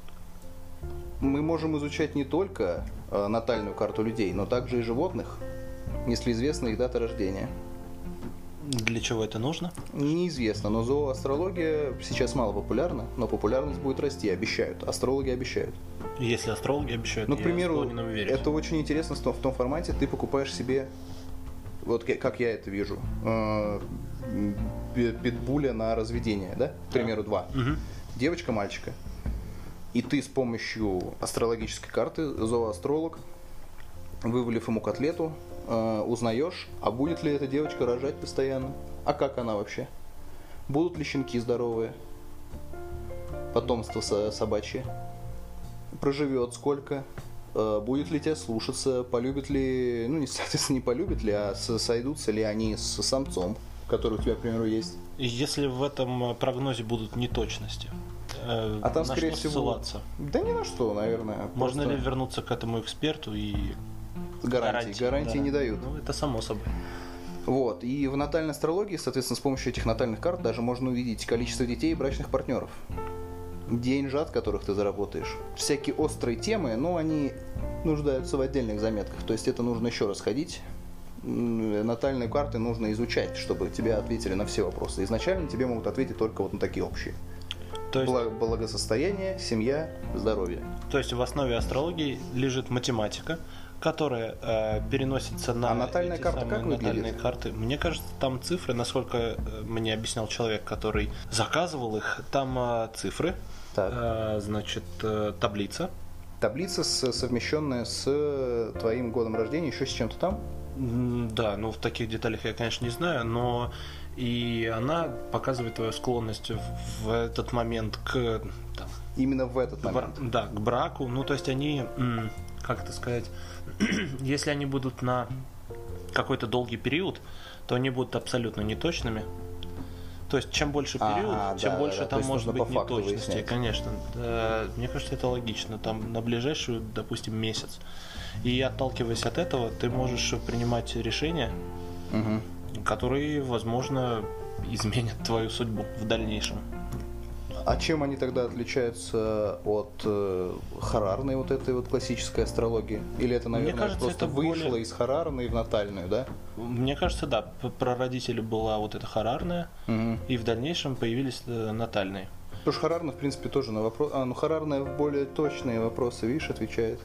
Speaker 1: мы можем изучать не только натальную карту людей, но также и животных, если известна их дата рождения.
Speaker 2: Для чего это нужно?
Speaker 1: Неизвестно, но зооастрология сейчас мало популярна, но популярность будет расти, обещают. Астрологи обещают.
Speaker 2: Если астрологи обещают,
Speaker 1: к примеру,
Speaker 2: я склонен верить.
Speaker 1: это очень интересно в том формате, ты покупаешь себе вот как я это вижу, питбуля на разведение, да? К примеру, 2. Девочка, мальчика. И ты с помощью астрологической карты, зооастролог, вывалив ему котлету, узнаешь, а будет ли эта девочка рожать постоянно, а как она вообще, будут ли щенки здоровые, потомство собачье, проживет сколько, будет ли тебя слушаться, полюбит ли, ну, соответственно, не полюбит ли, а сойдутся ли они с самцом, который у тебя, к примеру, есть.
Speaker 2: Если в этом прогнозе будут неточности,
Speaker 1: а там,
Speaker 2: на
Speaker 1: скорее
Speaker 2: что
Speaker 1: всего,
Speaker 2: ссылаться?
Speaker 1: Да ни на что, наверное.
Speaker 2: Можно ли вернуться к этому эксперту и...
Speaker 1: Гарантии
Speaker 2: да.
Speaker 1: не дают.
Speaker 2: Ну, это само собой.
Speaker 1: Вот. И в натальной астрологии, соответственно, с помощью этих натальных карт даже можно увидеть количество детей и брачных партнеров. Деньжат, которых ты заработаешь. Всякие острые темы, но они нуждаются в отдельных заметках. То есть это нужно еще раз ходить. Натальные карты нужно изучать, чтобы тебе ответили на все вопросы. Изначально тебе могут ответить только вот на такие общие. То есть... Благосостояние, семья, здоровье.
Speaker 2: То есть в основе астрологии лежит математика, которая переносится на
Speaker 1: натальная карта как
Speaker 2: натальные карты. Мне кажется, там цифры, насколько мне объяснял человек, который заказывал их, там цифры, значит, таблица.
Speaker 1: Таблица, совмещенная с твоим годом рождения, еще с чем-то там?
Speaker 2: Да, ну в таких деталях я, конечно, не знаю, но и она показывает твою склонность в этот момент к... Там,
Speaker 1: именно в этот момент?
Speaker 2: Да, к браку. Ну, то есть они, как это сказать, если они будут на какой-то долгий период, то они будут абсолютно неточными. То есть, чем больше период, тем больше там может быть неточностей. Конечно. Мне кажется, это логично. Там на ближайшую, допустим, месяц. И отталкиваясь от этого, ты можешь принимать решения, которые, возможно, изменят твою судьбу в дальнейшем.
Speaker 1: А чем они тогда отличаются от харарной вот этой вот классической астрологии? Или это, наверное, мне кажется, просто это вышло из харарной в натальную, да?
Speaker 2: Мне кажется, да. Прародитель была вот эта харарная, и в дальнейшем появились натальные.
Speaker 1: Потому что харарна, в принципе, тоже на вопрос... харарная в более точные вопросы, видишь, отвечает.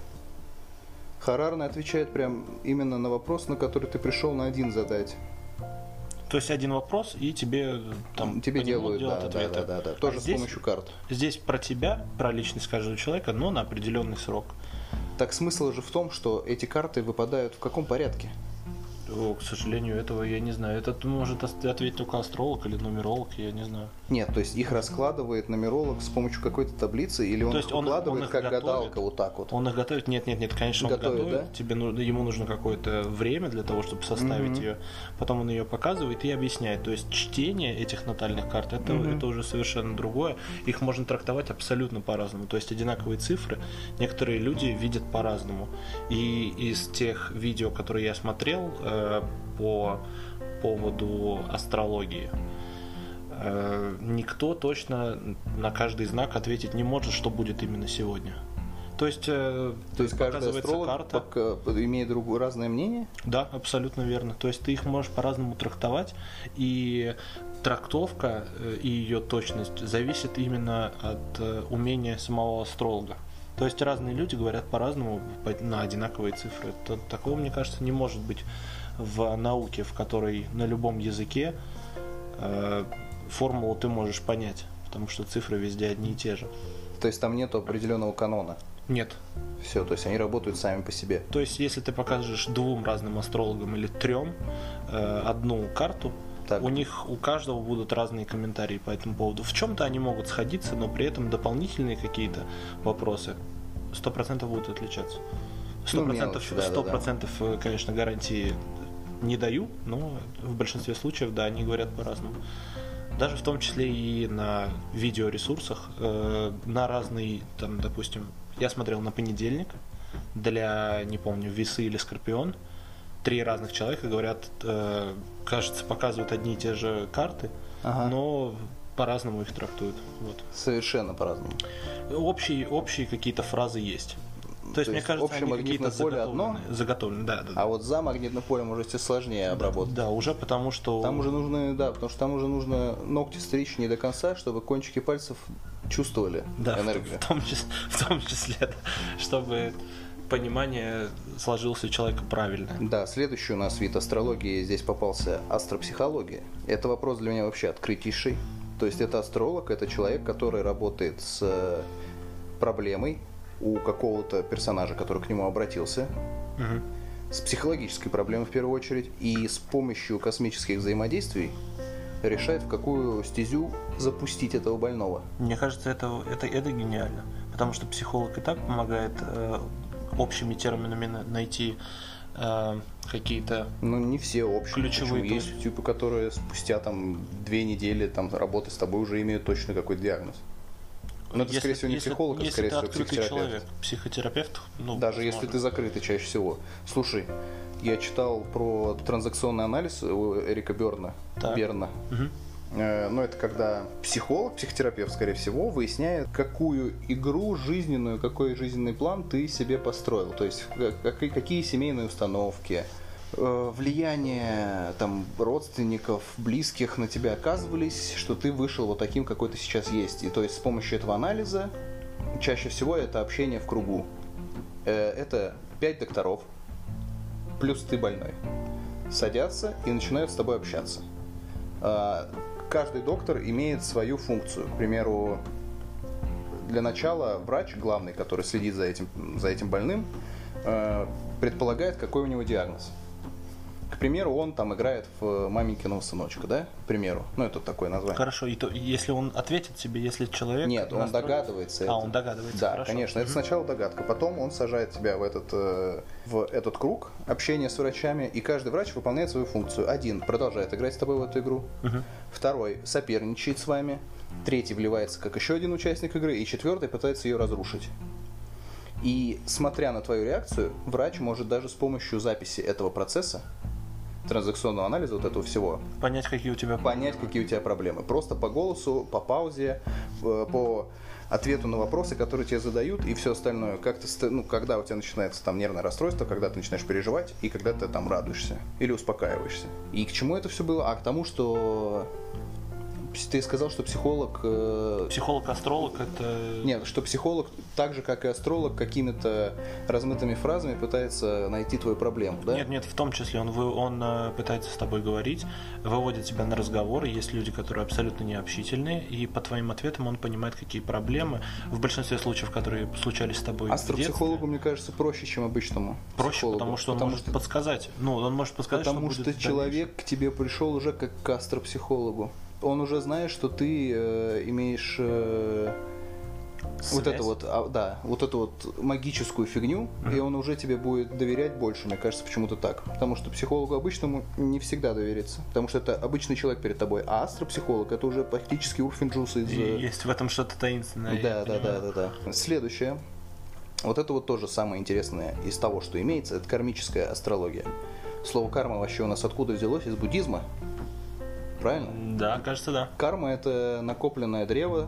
Speaker 1: Харарная отвечает прям именно на вопрос, на который ты пришел на один задать.
Speaker 2: То есть один вопрос, и тебе там
Speaker 1: делают
Speaker 2: ответы.
Speaker 1: Да. Тоже с помощью карт.
Speaker 2: Здесь про тебя, про личность каждого человека, но на определенный срок.
Speaker 1: Так смысл же в том, что эти карты выпадают в каком порядке?
Speaker 2: К сожалению, этого я не знаю. Это может ответить только астролог или нумеролог, я не знаю.
Speaker 1: Нет, то есть их раскладывает нумеролог с помощью какой-то таблицы, или он их укладывает как гадалка вот так вот?
Speaker 2: Он их готовит? Нет, конечно, он готовит.
Speaker 1: Да?
Speaker 2: Ему нужно какое-то время для того, чтобы составить ее. Потом он ее показывает и объясняет. То есть чтение этих натальных карт, это уже совершенно другое. Их можно трактовать абсолютно по-разному. То есть одинаковые цифры некоторые люди видят по-разному. И из тех видео, которые я смотрел по поводу астрологии, никто точно на каждый знак ответить не может, что будет именно сегодня. То есть
Speaker 1: каждый астролог имеет разное мнение?
Speaker 2: Да, абсолютно верно. То есть ты их можешь по-разному трактовать, и трактовка и ее точность зависит именно от умения самого астролога. То есть разные люди говорят по-разному на одинаковые цифры. Такого, мне кажется, не может быть в науке, в которой на любом языке формулу ты можешь понять, потому что цифры везде одни и те же.
Speaker 1: То есть там нет определенного канона?
Speaker 2: Нет.
Speaker 1: Все, то есть они работают сами по себе.
Speaker 2: То есть если ты покажешь 2 разным астрологам или 3 одну карту, у них у каждого будут разные комментарии по этому поводу. В чем-то они могут сходиться, но при этом дополнительные какие-то вопросы 100% будут отличаться. 100%, конечно, гарантии не даю, но в большинстве случаев, да, они говорят по-разному. Даже в том числе и на видеоресурсах, на разные, там, допустим, я смотрел на понедельник для, не помню, Весы или Скорпион. 3 разных человека говорят, кажется, показывают одни и те же карты, но по-разному их трактуют. Вот.
Speaker 1: Совершенно по-разному.
Speaker 2: Общие какие-то фразы есть. То есть, мне кажется,
Speaker 1: общее магнитное поле одно,
Speaker 2: заготовлены, да.
Speaker 1: А вот за магнитным полем уже сложнее обработать.
Speaker 2: Да, уже потому что...
Speaker 1: Там уже нужно ногти стричь не до конца, чтобы кончики пальцев чувствовали энергию.
Speaker 2: В том числе, чтобы понимание сложилось у человека правильно.
Speaker 1: Да, следующий у нас вид астрологии здесь попался — астропсихология. Это вопрос для меня вообще открытейший. То есть это астролог, это человек, который работает с проблемой у какого-то персонажа, который к нему обратился, с психологической проблемой в первую очередь, и с помощью космических взаимодействий решает, в какую стезю запустить этого больного.
Speaker 2: Мне кажется, это гениально. Потому что психолог и так помогает общими терминами найти какие-то
Speaker 1: Ну, не все общие.
Speaker 2: ключевые
Speaker 1: Почему? Есть типы, которые спустя там 2 недели там работы с тобой уже имеют точно какой диагноз. Но это, скорее всего, не психолог, а, скорее всего, психотерапевт.
Speaker 2: Человек, психотерапевт, ну,
Speaker 1: даже
Speaker 2: возможно.
Speaker 1: если ты закрытый чаще всего. Слушай, я читал про транзакционный анализ у Эрика Берна. Но это когда психолог, психотерапевт, скорее всего, выясняет, какую игру жизненную, какой жизненный план ты себе построил. То есть, какие семейные установки, влияние там, родственников, близких на тебя оказывались, что ты вышел вот таким, какой ты сейчас есть. И то есть с помощью этого анализа чаще всего это общение в кругу. Это 5 докторов, плюс ты больной. Садятся и начинают с тобой общаться. Каждый доктор имеет свою функцию. К примеру, для начала врач, главный, который следит за этим больным, предполагает, какой у него диагноз. К примеру, он там играет в маменькиного сыночка, да? К примеру. Ну, это такое название.
Speaker 2: Хорошо, и то, если он ответит тебе, если человек...
Speaker 1: Нет, он догадывается.
Speaker 2: Он догадывается,
Speaker 1: да,
Speaker 2: хорошо.
Speaker 1: Конечно, это сначала догадка. Потом он сажает тебя в этот круг общения с врачами, и каждый врач выполняет свою функцию. Один продолжает играть с тобой в эту игру, второй соперничает с вами, третий вливается как еще один участник игры, и четвертый пытается ее разрушить. И смотря на твою реакцию, врач может даже с помощью записи этого процесса, транзакционного анализа, вот этого всего,
Speaker 2: понять, какие у тебя
Speaker 1: проблемы. Просто по голосу, по паузе, по ответу на вопросы, которые тебе задают, и все остальное. Когда у тебя начинается там нервное расстройство, когда ты начинаешь переживать, и когда ты там радуешься или успокаиваешься. И к чему это все было? К тому, что ты сказал, что психолог...
Speaker 2: Психолог-астролог это...
Speaker 1: Нет, что психолог, так же, как и астролог, какими-то размытыми фразами пытается найти твою проблему, да?
Speaker 2: Нет, в том числе он пытается с тобой говорить, выводит тебя на разговоры. Есть люди, которые абсолютно необщительные, и по твоим ответам он понимает, какие проблемы. В большинстве случаев, которые случались с тобой
Speaker 1: астропсихологу, мне кажется, проще, чем обычному психологу.
Speaker 2: Потому что он может подсказать. Он может подсказать,
Speaker 1: потому что человек к тебе пришел уже как к астропсихологу. Он уже знает, что ты имеешь вот эту магическую фигню, и он уже тебе будет доверять больше, мне кажется, почему-то так. Потому что психологу обычному не всегда довериться, потому что это обычный человек перед тобой, а астропсихолог — это уже практически Урфин Джюс из...
Speaker 2: Есть в этом что-то таинственное.
Speaker 1: Да. Следующее. Вот это вот тоже самое интересное из того, что имеется, это кармическая астрология. Слово карма вообще у нас откуда взялось? Из буддизма. Правильно?
Speaker 2: Да, кажется, да.
Speaker 1: Карма — это накопленное древо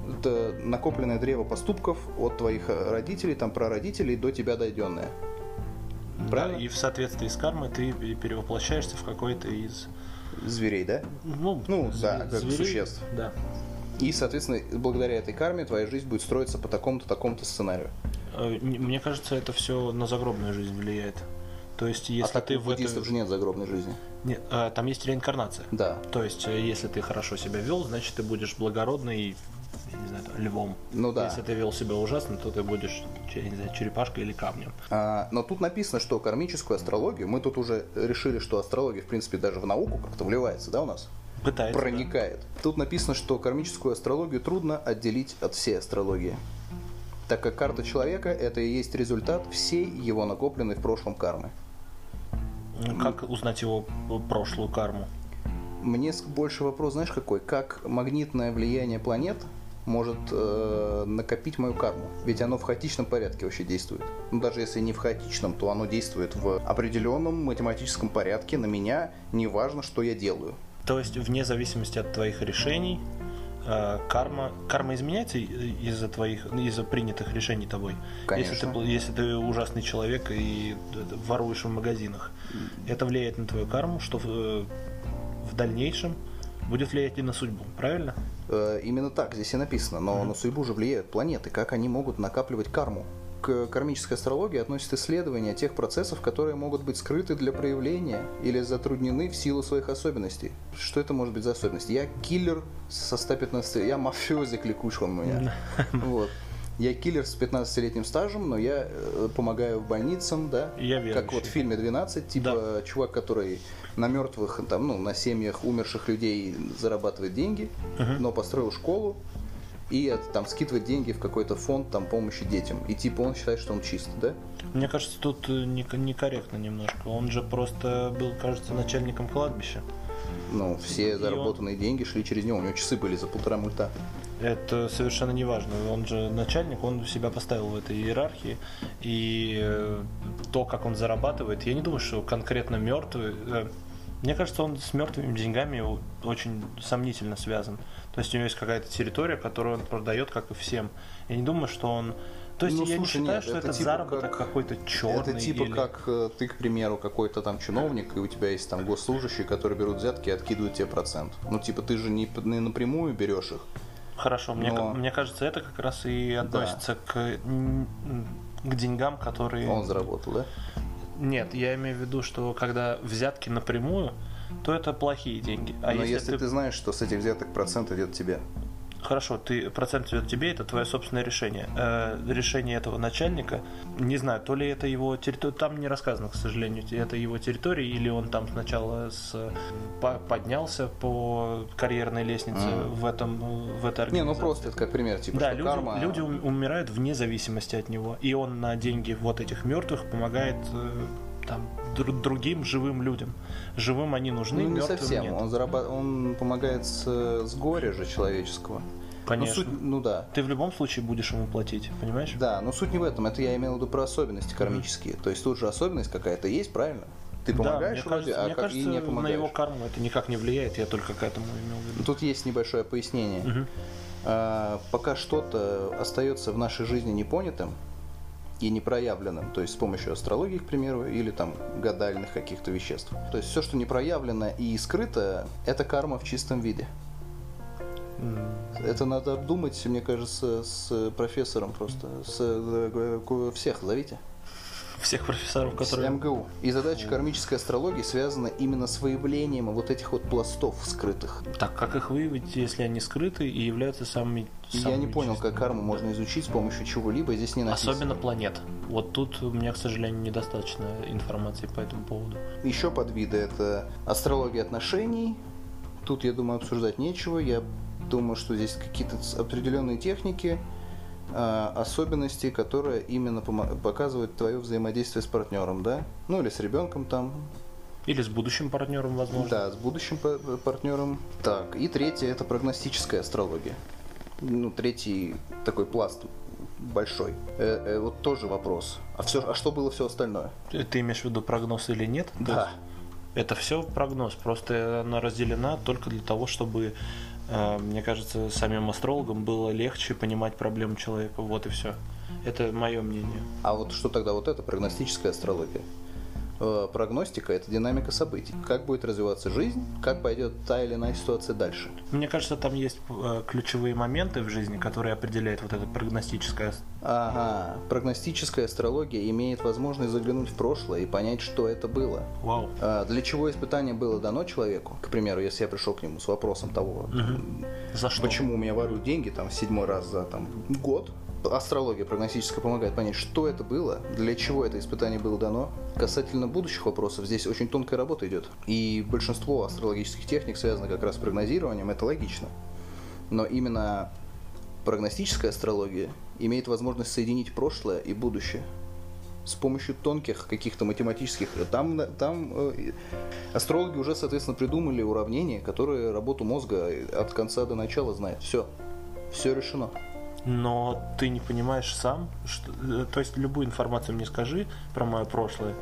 Speaker 1: поступков от твоих родителей, там, прародителей до тебя дойденное. Правильно?
Speaker 2: Да, и в соответствии с кармой ты перевоплощаешься в какой-то из...
Speaker 1: Зверей, да? Да, как
Speaker 2: зверей,
Speaker 1: существ.
Speaker 2: Да.
Speaker 1: И, соответственно, благодаря этой карме твоя жизнь будет строиться по такому-то сценарию.
Speaker 2: Мне кажется, это все на загробную жизнь влияет. То есть, если ты
Speaker 1: у буддистов же нет загробной жизни.
Speaker 2: Нет, там есть реинкарнация.
Speaker 1: Да.
Speaker 2: То есть, если ты хорошо себя вел, значит, ты будешь благородный, я не знаю, львом.
Speaker 1: Ну да.
Speaker 2: Если ты вел себя ужасно, то ты будешь, я не знаю, черепашкой или камнем.
Speaker 1: Но тут написано, что кармическую астрологию, мы тут уже решили, что астрология, в принципе, даже в науку как-то вливается, да, у нас?
Speaker 2: Пытается.
Speaker 1: Проникает. Да. Тут написано, что кармическую астрологию трудно отделить от всей астрологии, так как карта человека — это и есть результат всей его накопленной в прошлом кармы.
Speaker 2: Как узнать его прошлую карму?
Speaker 1: Мне больше вопрос, знаешь, какой? Как магнитное влияние планет может накопить мою карму? Ведь оно в хаотичном порядке вообще действует. Даже если не в хаотичном, то оно действует в определенном математическом порядке на меня, неважно, что я делаю.
Speaker 2: То есть, вне зависимости от твоих решений, карма изменяется из-за принятых решений тобой.
Speaker 1: Конечно.
Speaker 2: Если ты ужасный человек и воруешь в магазинах, это влияет на твою карму, что в дальнейшем будет влиять и на судьбу, правильно?
Speaker 1: Именно так здесь и написано, но на судьбу же влияют планеты, как они могут накапливать карму. к кармической астрологии относит исследование тех процессов, которые могут быть скрыты для проявления или затруднены в силу своих особенностей. Что это может быть за особенности? Я киллер со 115... Я мафиозик ликуш он у меня. Вот. Я киллер с 15-летним стажем, но я помогаю больницам, да? Как вот в фильме «12», типа чувак, который на мертвых, там, ну, на семьях умерших людей зарабатывает деньги, но построил школу и там скидывает деньги в какой-то фонд там помощи детям. И типа он считает, что он чист, да?
Speaker 2: Мне кажется, тут некорректно немножко. Он же просто был, кажется, начальником кладбища.
Speaker 1: Ну, все заработанные деньги шли через него. У него часы были за 1,5 мульта.
Speaker 2: Это совершенно не важно. Он же начальник, он себя поставил в этой иерархии. И то, как он зарабатывает, я не думаю, что конкретно мертвый. Мне кажется, он с мертвыми деньгами очень сомнительно связан. То есть у него есть какая-то территория, которую он продает, как и всем. Я не думаю, что он... То есть я не считаю, что это типа заработок какой-то черный.
Speaker 1: Это типа как ты, к примеру, какой-то там чиновник, и у тебя есть там госслужащие, которые берут взятки и откидывают тебе процент. Ну, типа ты же не напрямую берешь их.
Speaker 2: Хорошо, мне кажется, это как раз и относится к деньгам, которые...
Speaker 1: Он заработал, да?
Speaker 2: Нет, я имею в виду, что когда взятки напрямую, то это плохие деньги.
Speaker 1: Но если ты знаешь, что с этих взяток процент идет тебе.
Speaker 2: Хорошо, процент идет тебе, это твое собственное решение. Решение этого начальника, не знаю, то ли это его территория, там не рассказано, к сожалению, это его территория, или он там сначала поднялся по карьерной лестнице в этой организации.
Speaker 1: Не, ну просто это как пример, типа,
Speaker 2: да,
Speaker 1: что карма...
Speaker 2: люди умирают вне зависимости от него, и он на деньги вот этих мертвых помогает там другим живым людям. Живым они нужны,
Speaker 1: ну, не
Speaker 2: мертвым
Speaker 1: совсем.
Speaker 2: нет.
Speaker 1: Он помогает с горя же человеческого.
Speaker 2: Конечно.
Speaker 1: Да.
Speaker 2: Ты в любом случае будешь ему платить, понимаешь?
Speaker 1: Да, но суть не в этом. Это я имел в виду про особенности кармические. То есть тут же особенность какая-то есть, правильно? Ты помогаешь вроде,
Speaker 2: мне кажется,
Speaker 1: и не помогаешь.
Speaker 2: На его карму это никак не влияет, я только к этому имел в виду.
Speaker 1: Тут есть небольшое пояснение. Пока что-то остается в нашей жизни непонятым и непроявленным, то есть с помощью астрологии, к примеру, или там гадальных каких-то веществ. То есть все, что не проявлено и скрыто, это карма в чистом виде. Это надо обдумать, мне кажется, с профессором просто. Всех зовите.
Speaker 2: Всех профессоров, которые...
Speaker 1: С МГУ. И задача кармической астрологии связана именно с выявлением вот этих вот пластов скрытых.
Speaker 2: Так, как их выявить, если они скрыты и являются самыми
Speaker 1: Я не понял, как карму можно изучить с помощью чего-либо, здесь не написано.
Speaker 2: Особенно планет. Вот тут у меня, к сожалению, недостаточно информации по этому поводу.
Speaker 1: Еще подвиды – это астрология отношений. Тут, я думаю, обсуждать нечего. Я думаю, что здесь какие-то определенные техники, особенности, которые именно показывают твое взаимодействие с партнером, да? Ну или с ребенком там.
Speaker 2: Или с будущим партнером, возможно.
Speaker 1: Да, с будущим партнером. Так, и третье – это прогностическая астрология. Ну, третий такой пласт большой. Вот тоже вопрос. А что было все остальное?
Speaker 2: Ты имеешь в виду прогноз или нет?
Speaker 1: Да.
Speaker 2: Это все прогноз, просто она разделена только для того, чтобы, мне кажется, самим астрологам было легче понимать проблему человека. Вот и все. Это мое мнение.
Speaker 1: А вот что тогда вот это прогностическая астрология? Прогностика – это динамика событий. Как будет развиваться жизнь, как пойдет та или иная ситуация дальше.
Speaker 2: Мне кажется, там есть ключевые моменты в жизни, которые определяет вот эта прогностическая.
Speaker 1: Ага, прогностическая астрология имеет возможность заглянуть в прошлое и понять, что это было.
Speaker 2: Вау.
Speaker 1: Для чего испытание было дано человеку? К примеру, если я пришел к нему с вопросом того,
Speaker 2: за что?
Speaker 1: Почему у меня воруют деньги там 7-й раз за год. Астрология прогностическая помогает понять, что это было, для чего это испытание было дано. Касательно будущих вопросов, здесь очень тонкая работа идет. И большинство астрологических техник связано как раз с прогнозированием, это логично. Но именно прогностическая астрология имеет возможность соединить прошлое и будущее с помощью тонких каких-то математических... Там астрологи уже, соответственно, придумали уравнения, которые работу мозга от конца до начала знают. Все решено.
Speaker 2: Но ты не понимаешь сам, то есть любую информацию мне скажи про мое прошлое,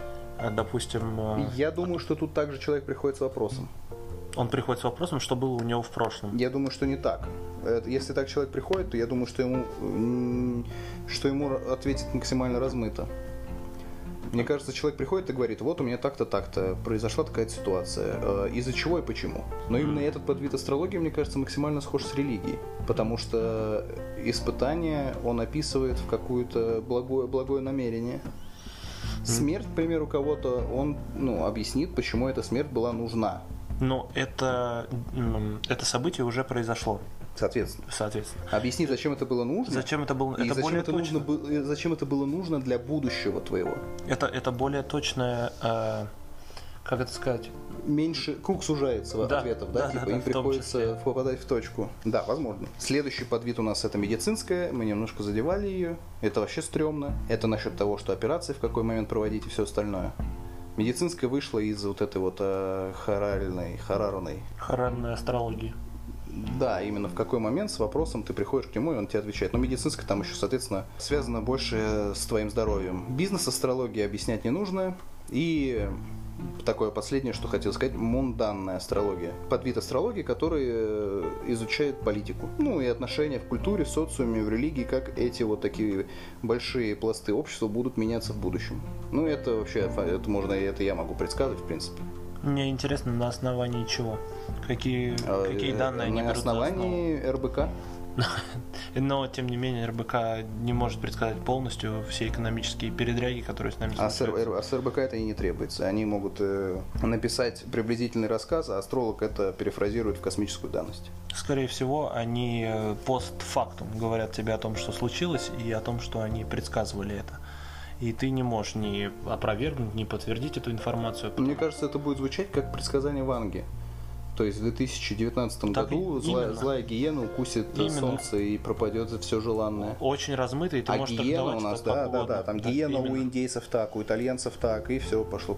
Speaker 2: допустим...
Speaker 1: Я думаю, что тут также человек приходит с вопросом.
Speaker 2: Он приходит с вопросом, что было у него в прошлом.
Speaker 1: Я думаю, что не так. Если так человек приходит, то я думаю, что ему ответит максимально размыто. Мне кажется, человек приходит и говорит, вот у меня так-то, так-то, произошла такая ситуация, из-за чего и почему. Но именно этот подвид астрологии, мне кажется, максимально схож с религией, потому что испытание он описывает в какое-то благое намерение. Смерть, к примеру, кого-то, он объяснит, почему эта смерть была нужна.
Speaker 2: Но это событие уже произошло.
Speaker 1: Соответственно.
Speaker 2: Соответственно.
Speaker 1: Объясни, зачем это было нужно.
Speaker 2: Зачем это было?
Speaker 1: И
Speaker 2: это
Speaker 1: зачем,
Speaker 2: более
Speaker 1: это
Speaker 2: точно.
Speaker 1: зачем это было нужно для будущего твоего.
Speaker 2: Это более точное, как это сказать?
Speaker 1: Меньше круг сужается ответов, да? Им приходится попадать в точку. Да, возможно. Следующий подвид у нас это медицинская. Мы немножко задевали ее. Это вообще стрёмно. Это насчет того, что операции в какой момент проводить и все остальное. Медицинская вышла из вот этой вот хоральной
Speaker 2: астрологии.
Speaker 1: Да, именно в какой момент с вопросом ты приходишь к нему, и он тебе отвечает. Но медицинская там еще, соответственно, связана больше с твоим здоровьем. Бизнес-астрологии объяснять не нужно. И такое последнее, что хотел сказать, мунданная астрология. Подвид астрологии, который изучает политику. Ну и отношения в культуре, в социуме, в религии, как эти вот такие большие пласты общества будут меняться в будущем. Ну это вообще, это я могу предсказывать, в принципе.
Speaker 2: Мне интересно, на основании чего? Какие данные они берут за основу?
Speaker 1: На основании РБК.
Speaker 2: Но, тем не менее, РБК не может предсказать полностью все экономические передряги, которые с нами случаются.
Speaker 1: А с РБК это и не требуется. Они могут написать приблизительный рассказ, а астролог это перефразирует в космическую данность.
Speaker 2: Скорее всего, они постфактум говорят тебе о том, что случилось, и о том, что они предсказывали это. И ты не можешь ни опровергнуть, ни подтвердить эту информацию.
Speaker 1: Мне кажется, это будет звучать как предсказание Ванги. То есть в 2019 году злая гиена укусит солнце и пропадет все желанное.
Speaker 2: Очень размыто, и ты можешь
Speaker 1: гиена у нас, да, там гиена у индейцев так, у итальянцев так, и все пошло.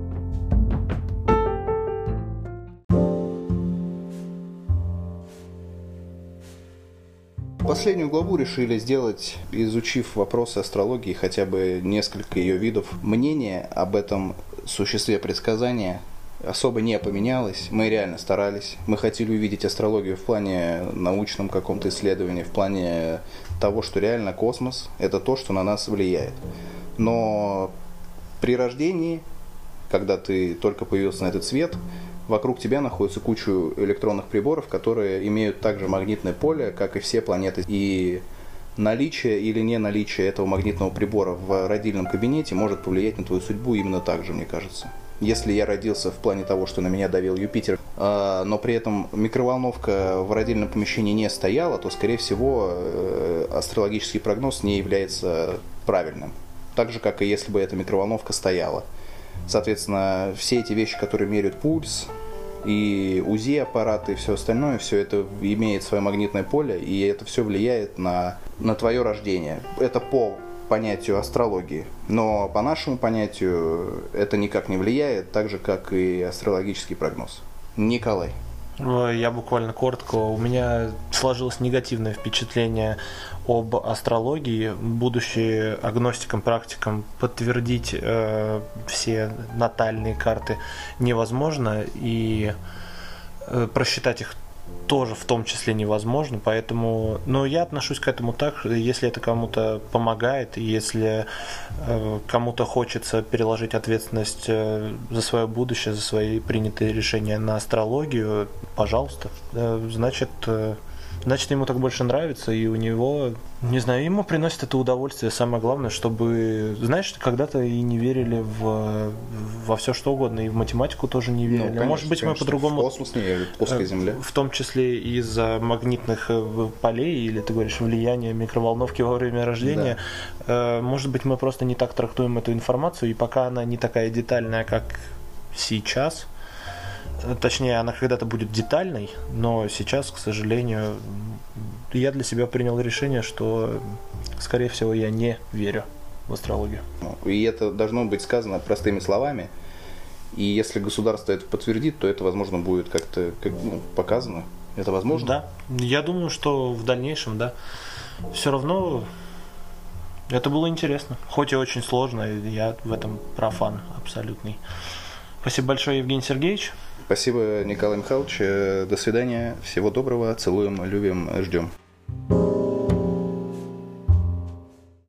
Speaker 1: Последнюю главу решили сделать, изучив вопросы астрологии, хотя бы несколько ее видов. Мнение об этом существе предсказания особо не поменялось. Мы реально старались. Мы хотели увидеть астрологию в плане научном каком-то исследовании, в плане того, что реально космос – это то, что на нас влияет. Но при когда ты только появился на этот свет, вокруг тебя находится куча электронных приборов, которые имеют также магнитное поле, как и все планеты. И наличие или не наличие этого магнитного прибора в родильном кабинете может повлиять на твою судьбу именно так же, мне кажется. Если я родился в плане того, что на меня давил Юпитер, но при этом микроволновка в родильном помещении не стояла, то, скорее всего, астрологический прогноз не является правильным. Так же, как и если бы эта микроволновка стояла. Соответственно, все эти вещи, которые меряют пульс, и УЗИ-аппараты, и все остальное, все это имеет свое магнитное поле, и это все влияет на твое рождение. Это по понятию астрологии. Но по нашему понятию это никак не влияет, так же, как и астрологический прогноз. Николай.
Speaker 2: Я буквально коротко. У меня сложилось негативное впечатление об астрологии. Будучи агностиком-практиком, подтвердить все натальные карты невозможно, и просчитать их тоже в том числе невозможно, поэтому, но я отношусь к этому так, если это кому-то помогает, если кому-то хочется переложить ответственность за свое будущее, за свои принятые решения на астрологию, пожалуйста, значит ему так больше нравится, и у него, не знаю, ему приносит это удовольствие. Самое главное, чтобы, знаешь, когда-то и не верили во все что угодно, и в математику тоже не верили.
Speaker 1: Конечно,
Speaker 2: может быть, мы по-другому...
Speaker 1: В космос не верят, плоской Земле.
Speaker 2: В том числе из-за магнитных полей, или ты говоришь, влияния микроволновки во время рождения. Да. Может быть, мы просто не так трактуем эту информацию, и пока она не такая детальная, как сейчас... Точнее, она когда-то будет детальной, но сейчас, к сожалению, я для себя принял решение, что, скорее всего, я не верю в астрологию.
Speaker 1: И это должно быть сказано простыми словами. И если государство это подтвердит, то это, возможно, будет как-то показано. Это возможно?
Speaker 2: Да. Я думаю, что в дальнейшем, да. Все равно это было интересно. Хоть и очень сложно, я в этом профан абсолютный. Спасибо большое, Евгений Сергеевич.
Speaker 1: Спасибо, Николай Михайлович. До свидания. Всего доброго. Целуем, любим, ждем.